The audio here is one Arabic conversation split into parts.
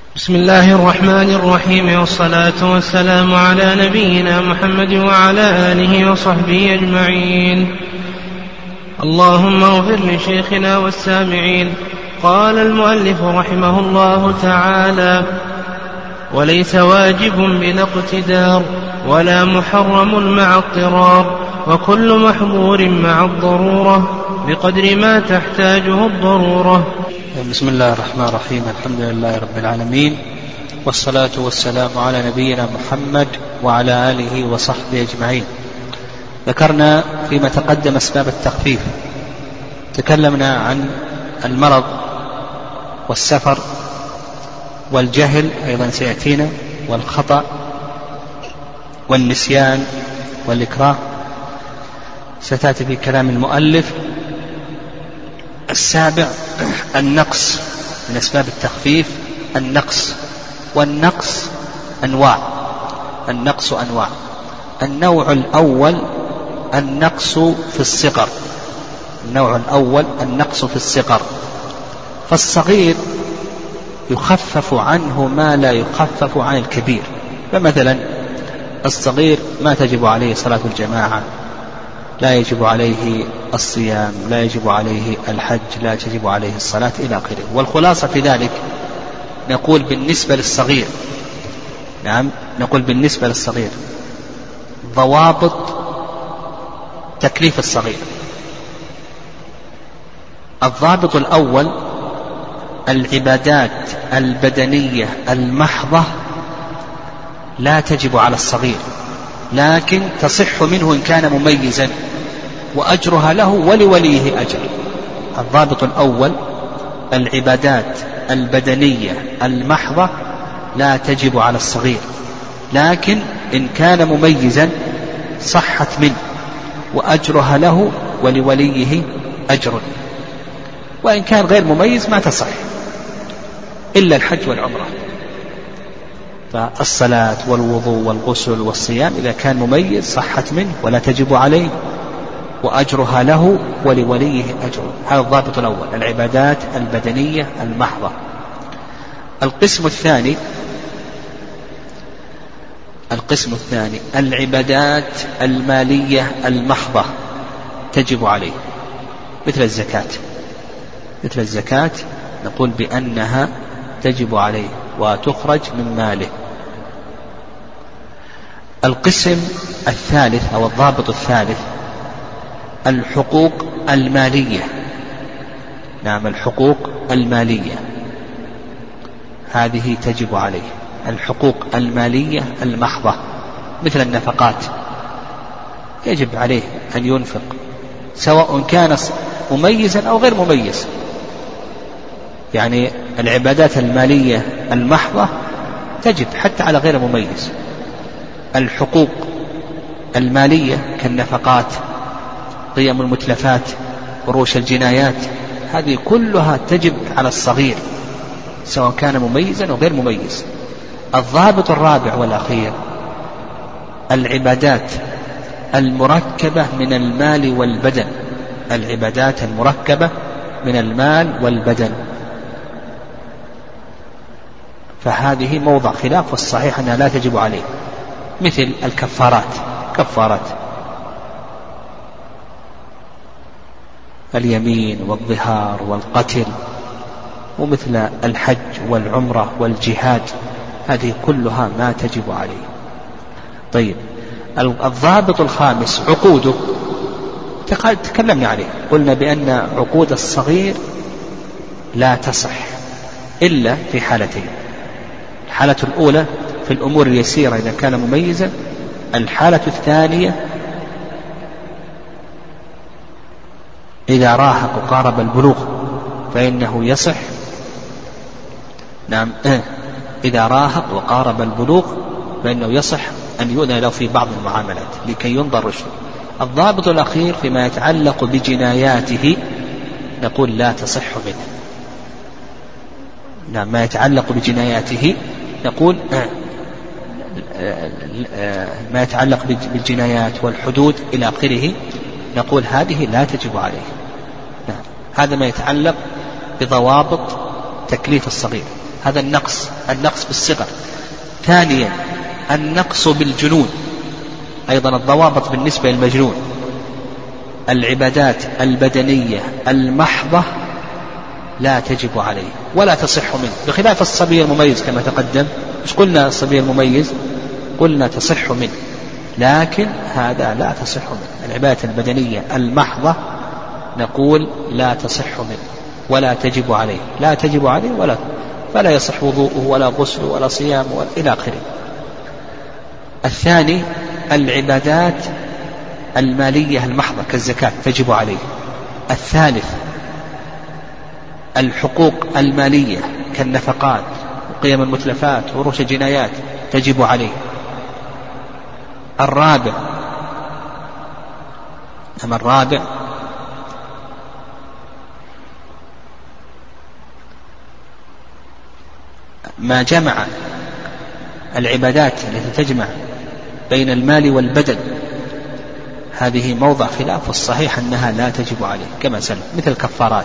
بسم الله الرحمن الرحيم، والصلاة والسلام على نبينا محمد وعلى آله وصحبه أجمعين. اللهم اغفر لشيخنا والسامعين. قال المؤلف رحمه الله تعالى: وليس واجب بلا اقتدار ولا محرم مع اضطرار، وكل محظور مع الضرورة بقدر ما تحتاجه الضرورة. بسم الله الرحمن الرحيم. الحمد لله رب العالمين، والصلاة والسلام على نبينا محمد وعلى آله وصحبه أجمعين. ذكرنا فيما تقدم أسباب التخفيف، تكلمنا عن المرض والسفر والجهل، أيضا سيأتينا، والخطأ والنسيان والإكراه ستأتي في كلام المؤلف. السابع النقص، من أسباب التخفيف النقص، والنقص أنواع. النقص أنواع. النوع الأول النقص في الصغر. النوع الأول النقص في الصغر، فالصغير يخفف عنه ما لا يخفف عن الكبير. فمثلا الصغير ما تجب عليه صلاة الجماعة، لا يجب عليه الصيام، لا يجب عليه الحج، لا تجب عليه الصلاة إلى آخره. والخلاصة في ذلك نقول بالنسبة للصغير، نقول بالنسبة للصغير ضوابط تكليف الصغير. الضابط الأول العبادات البدنية المحضة لا تجب على الصغير، لكن تصح منه إن كان مميزا، وأجرها له ولوليه أجر. الضابط الأول العبادات البدنية المحضة لا تجب على الصغير، لكن إن كان مميزا صحت منه وأجرها له ولوليه أجر. وإن كان غير مميز ما تصح، إلا الحج والعمرة. فالصلاة والوضوء والغسل والصيام إذا كان مميز صحت منه ولا تجب عليه، وأجرها له ولوليه أجر. هذا الضابط الأول، العبادات البدنية المحضة. القسم الثاني العبادات المالية المحضة تجب عليه، مثل الزكاة نقول بأنها تجب عليه وتخرج من ماله. القسم الثالث أو الضابط الثالث الحقوق المالية. الحقوق المالية هذه تجب عليه، الحقوق المالية المحضة، مثل النفقات يجب عليه أن ينفق، سواء كان مميزا أو غير مميز. يعني العبادات المالية المحضة تجب حتى على غير مميز. الحقوق المالية كالنفقات، قيم المتلفات، فروش الجنايات، هذه كلها تجب على الصغير سواء كان مميزا أو غير مميز. الضابط الرابع والأخير العبادات المركبة من المال والبدن. العبادات المركبة من المال والبدن، فهذه موضع خلاف، والصحيح أنها لا تجب عليه، مثل كفارات اليمين والظهار والقتل، ومثل الحج والعمرة والجهاد، هذه كلها ما تجب عليه. طيب، الضابط الخامس عقوده، تكلمنا عليه، قلنا بأن عقود الصغير لا تصح إلا في حالتين. الحالة الأولى في الأمور اليسيرة إذا كان مميزا، الحالة الثانية إذا راهق وقارب البلوغ فإنه يصح. إذا راهق وقارب البلوغ فإنه يصح أن يؤذن له في بعض المعاملات لكي ينظر رشده. الضابط الأخير فيما يتعلق بجناياته نقول لا تصح منه. ما يتعلق بجناياته نقول ما يتعلق بالجنايات والحدود إلى آخره نقول هذه لا تجب عليه. هذا ما يتعلق بضوابط تكليف الصغير. هذا النقص بالصغر. ثانيا النقص بالجنون، أيضا الضوابط بالنسبة للمجنون: العبادات البدنية المحضة لا تجب عليه ولا تصح منه، بخلاف الصبي المميز كما تقدم. مش قلنا الصبي المميز؟ قلنا تصح منه، لكن هذا لا تصح منه. العبادات البدنية المحضة نقول لا تصح منه ولا تجب عليه، لا تجب عليه فلا يصح وضوءه ولا غسله ولا صيامه إلى آخره. الثاني العبادات المالية المحضة كالزكاة تجب عليه. الثالث الحقوق المالية كالنفقات وقيم المتلفات وروش الجنايات تجب عليه. الرابع ما جمع العبادات التي تجمع بين المال والبدن، هذه موضع خلاف، والصحيح أنها لا تجب عليه كما سلف، مثل الكفارات.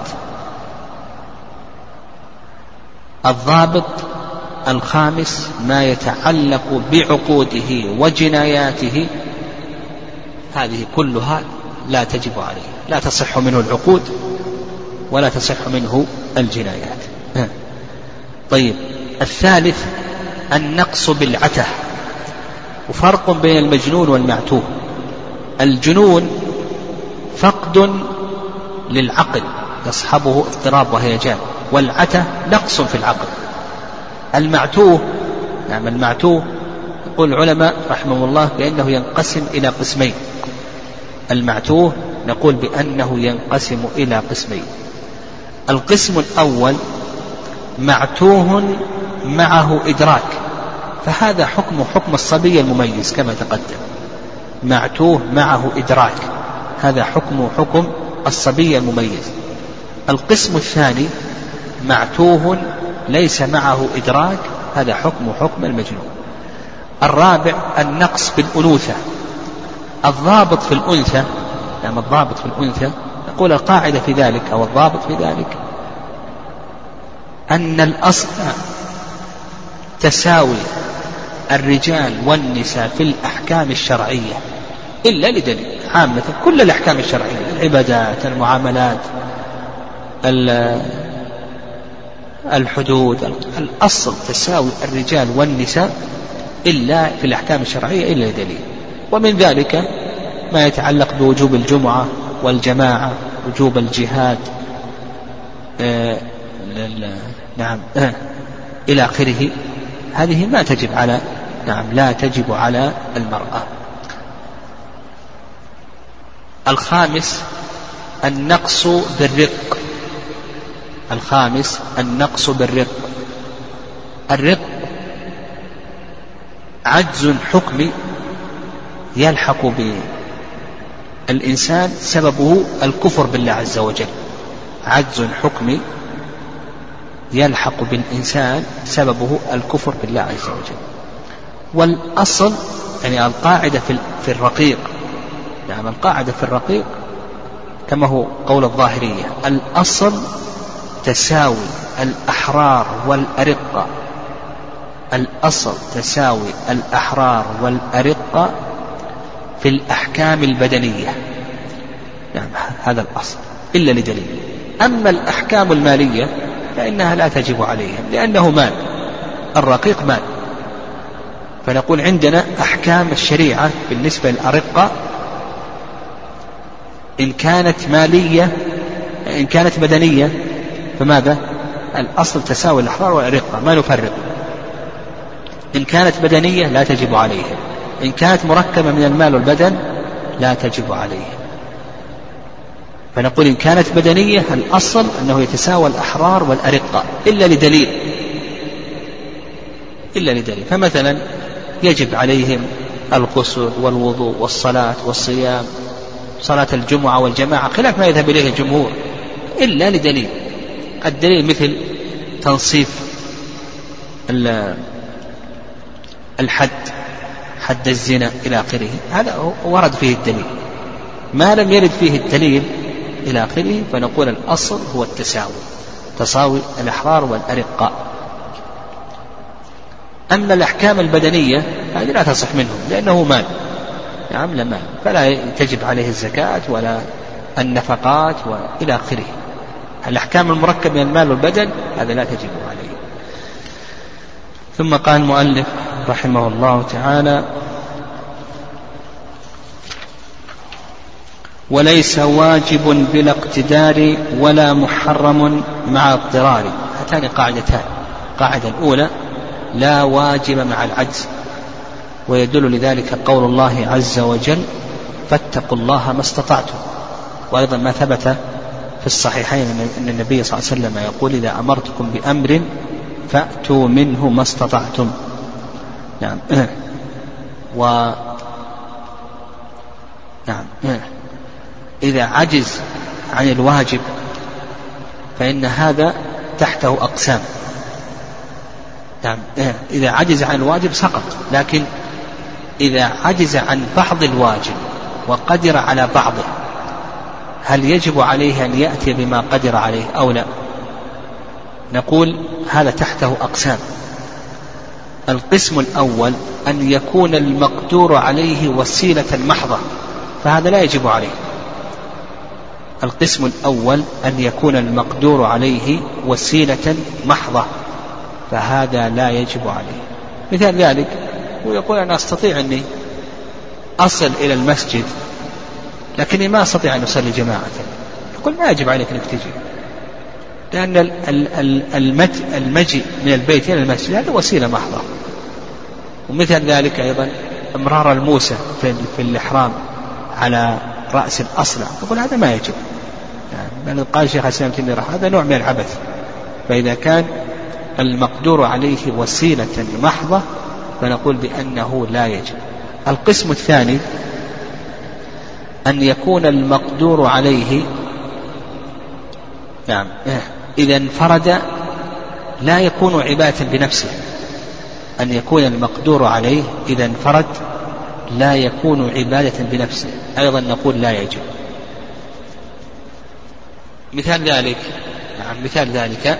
الضابط الخامس ما يتعلق بعقوده وجناياته، هذه كلها لا تجب عليه، لا تصح منه العقود ولا تصح منه الجنايات. طيب، الثالث النقص بالعته، وفرق بين المجنون والمعتوه. الجنون فقد للعقل يصحبه اضطراب وهيجان، والعته نقص في العقل. المعتوه يقول العلماء رحمه الله بأنه ينقسم إلى قسمين. المعتوه نقول بأنه ينقسم إلى قسمين. القسم الأول معتوه معه إدراك، فهذا حكم الصبي المميز كما تقدم. معتوه معه إدراك، هذا حكم الصبي المميز. القسم الثاني معتوه ليس معه إدراك، هذا حكم المجنون. الرابع النقص بالأنوثة. الضابط في الأنثى نقول القاعدة في ذلك أو الضابط في ذلك أن الأصل تساوي الرجال والنساء في الأحكام الشرعية إلا لدليل. عامة كل الأحكام الشرعية، العبادات، المعاملات، الحدود، الأصل تساوي الرجال والنساء إلا في الأحكام الشرعية إلا لدليل. ومن ذلك ما يتعلق بوجوب الجمعة والجماعة، وجوب الجهاد، إلى آخره. هذه ما تجب على لا تجب على المرأة. الخامس النقص بالرق. الرق عجز حكمي يلحق بالإنسان سببه الكفر بالله عز وجل. عجز حكمي يلحق بالإنسان سببه الكفر بالله عز وجل. والأصل القاعدة في الرقيق، القاعدة في الرقيق كما هو قول الظاهرية: الأصل تساوي الأحرار والأرقة. الأصل تساوي الأحرار والأرقة في الأحكام البدنية، هذا الأصل إلا لدليل. أما الأحكام المالية فإنها لا تجب عليهم لأنه مال، الرقيق مال. فنقول عندنا أحكام الشريعة بالنسبة للأرقة إن كانت بدنية فماذا؟ الأصل تساوي الأحرار والأرقة، ما نفرق. إن كانت بدنية لا تجب عليهم، إن كانت مركبة من المال والبدن لا تجب عليهم. فنقول إن كانت بدنية الأصل أنه يتساوى الأحرار والأرقة إلا لدليل. فمثلا يجب عليهم الغسل والوضوء والصلاة والصيام، صلاة الجمعة والجماعة، خلاف ما يذهب إليه الجمهور إلا لدليل. الدليل مثل تنصيف الحد، حد الزنا إلى آخره، هذا ورد فيه الدليل. ما لم يرد فيه الدليل إلى آخره فنقول الأصل هو تساوي الأحرار والأرقة. أما الأحكام البدنية هذه لا تصح منهم لأنه مال، نعم لا مال، فلا تجب عليه الزكاة ولا النفقات وإلى آخره. الأحكام المركبة من المال والبدن هذا لا تجب عليه. ثم قال المؤلف رحمه الله تعالى: وليس واجب بلا اقتدار ولا محرم مع اضطرار. هاتان قاعدتان. القاعدة الأولى: لا واجب مع العجز، ويدل لذلك قول الله عز وجل: فاتقوا الله ما استطعتم. وأيضا ما ثبت في الصحيحين أن النبي صلى الله عليه وسلم يقول: إذا أمرتكم بأمر فأتوا منه ما استطعتم. نعم. نعم. إذا عجز عن الواجب فإن هذا تحته أقسام. نعم. إذا عجز عن الواجب سقط، لكن إذا عجز عن بعض الواجب وقدر على بعضه هل يجب عليه أن يأتي بما قدر عليه أو لا؟ نقول هذا تحته أقسام. القسم الأول: أن يكون المقدور عليه وسيلة محضة، فهذا لا يجب عليه. القسم الأول: أن يكون المقدور عليه وسيلة محضة، فهذا لا يجب عليه. مثال ذلك: ويقول: أنا أستطيع أني أصل إلى المسجد لكني ما أستطيع أن أصلي جماعة. يقول: ما يجب عليك أنك تجي، لأن المجيء من البيت إلى المسجد هذا وسيلة محضة. ومثل ذلك أيضا امرار الموسى في الإحرام على رأس الأصلع، يقول هذا ما يجب، يعني قال شيخ الإسلام تيمية هذا نوع من العبث. فإذا كان المقدور عليه وسيلة محضة فنقول بأنه لا يجب. القسم الثاني: أن يكون المقدور عليه نعم إذا انفرد لا يكون عبادة بنفسه. أن يكون المقدور عليه إذا انفرد لا يكون عبادة بنفسه، أيضا نقول لا يجب. مثال ذلك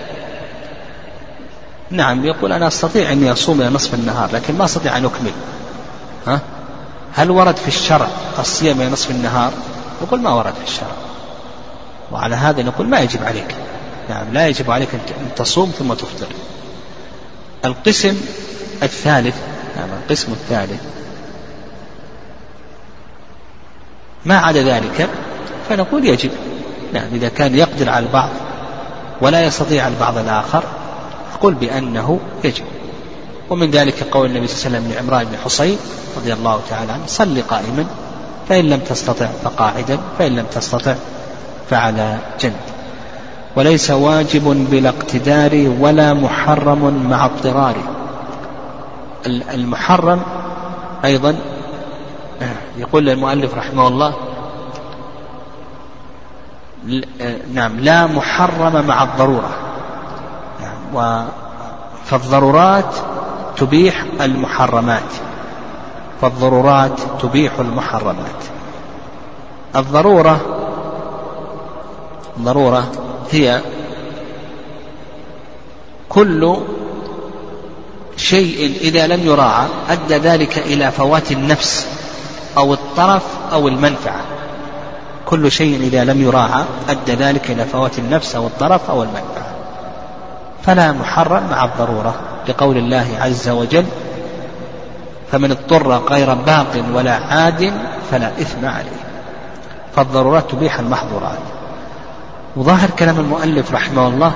نعم يقول: أنا أستطيع أن أصوم إلى نصف النهار لكن ما أستطيع أن أكمل. هل ورد في الشرع الصيام إلى نصف النهار؟ يقول: ما ورد في الشرع. وعلى هذا نقول ما يجب عليك، نعم لا يجب عليك أن تصوم ثم تفطر. القسم الثالث ما عدا ذلك فنقول يجب. نعم إذا كان يقدر على البعض ولا يستطيع البعض الآخر نقول بأنه يجب. ومن ذلك قول النبي صلى الله عليه وسلم لعمران بن حصين رضي الله تعالى عنه: صل قائما فإن لم تستطع فقاعدا فإن لم تستطع فعلى جنب. وليس واجب بلا اقتدار ولا محرم مع اضطرار. المحرم أيضا يقول المؤلف رحمه الله: نعم لا محرم مع الضرورة. فالضرورات تبيح المحرمات. الضرورة هي كل شيء إذا لم يراعى أدى ذلك إلى فوات النفس أو الطرف أو المنفعة. كل شيء إذا لم يراعى أدى ذلك إلى فوات النفس أو الطرف أو المنفعة، فلا محرم مع الضرورة، لقول الله عز وجل: فمن اضطر غير باق ولا عاد فلا إثم عليه. فالضرورات تبيح المحظورات. وظاهر كلام المؤلف رحمه الله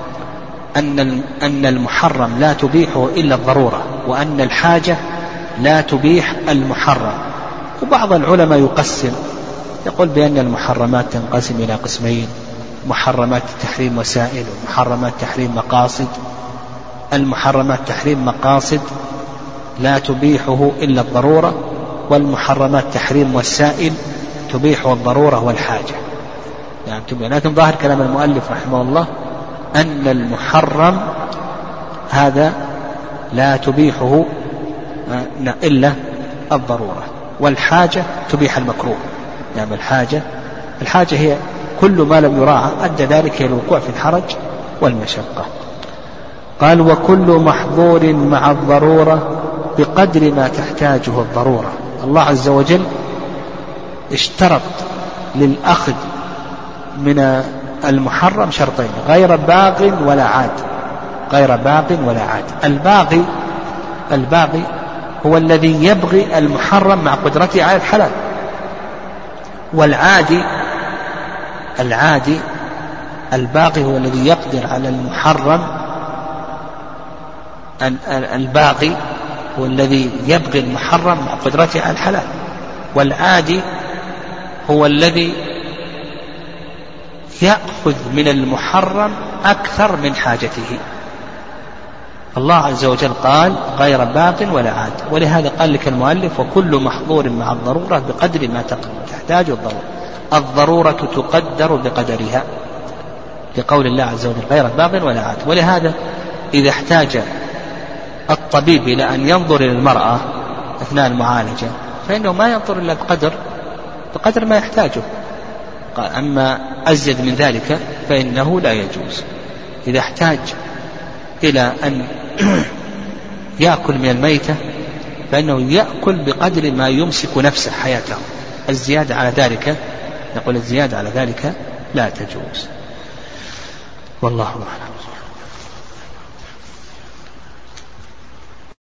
أن المحرم لا تبيحه إلا الضرورة، وأن الحاجة لا تبيح المحرم. وبعض العلماء يقسم، يقول بأن المحرمات تنقسم إلى قسمين: محرمات تحريم وسائل ومحرمات تحريم مقاصد. المحرمات تحريم مقاصد لا تبيحه إلا الضرورة، والمحرمات تحريم وسائل تبيحه الضرورة والحاجة. يعني لكن ظاهر كلام المؤلف رحمه الله أن المحرم هذا لا تبيحه إلا الضرورة، والحاجة تبيح المكروه. يعني الحاجة هي كل ما لم يراعى أدى ذلك إلى الوقوع في الحرج والمشقة. قال وكل محظور مع الضرورة بقدر ما تحتاجه الضرورة. الله عز وجل اشترط للأخذ من المحرم شرطين: غير باغ ولا عاد. غير باغ ولا عاد. الباغي هو الذي يبغي المحرم مع قدرته على الحلال، والعادي الباغي هو الذي يقدر على المحرم. الباغي هو الذي يبغي المحرم مع قدرته على الحلال، والعادي هو الذي يأخذ من المحرم أكثر من حاجته. الله عز وجل قال غير باغ ولا عاد، ولهذا قال لك المؤلف وكل محظور مع الضرورة بقدر ما تحتاج الضرورة. الضرورة تقدر بقدرها، لقول الله عز وجل غير باغ ولا عاد. ولهذا إذا احتاج الطبيب إلى أن ينظر إلى المرأة أثناء المعالجة فإنه ما ينظر إلا بقدر ما يحتاجه. أما أزيد من ذلك فإنه لا يجوز. إذا احتاج إلى أن يأكل من الميتة فإنه يأكل بقدر ما يمسك نفسه حياته. الزيادة على ذلك نقول الزيادة على ذلك لا تجوز، والله أعلم.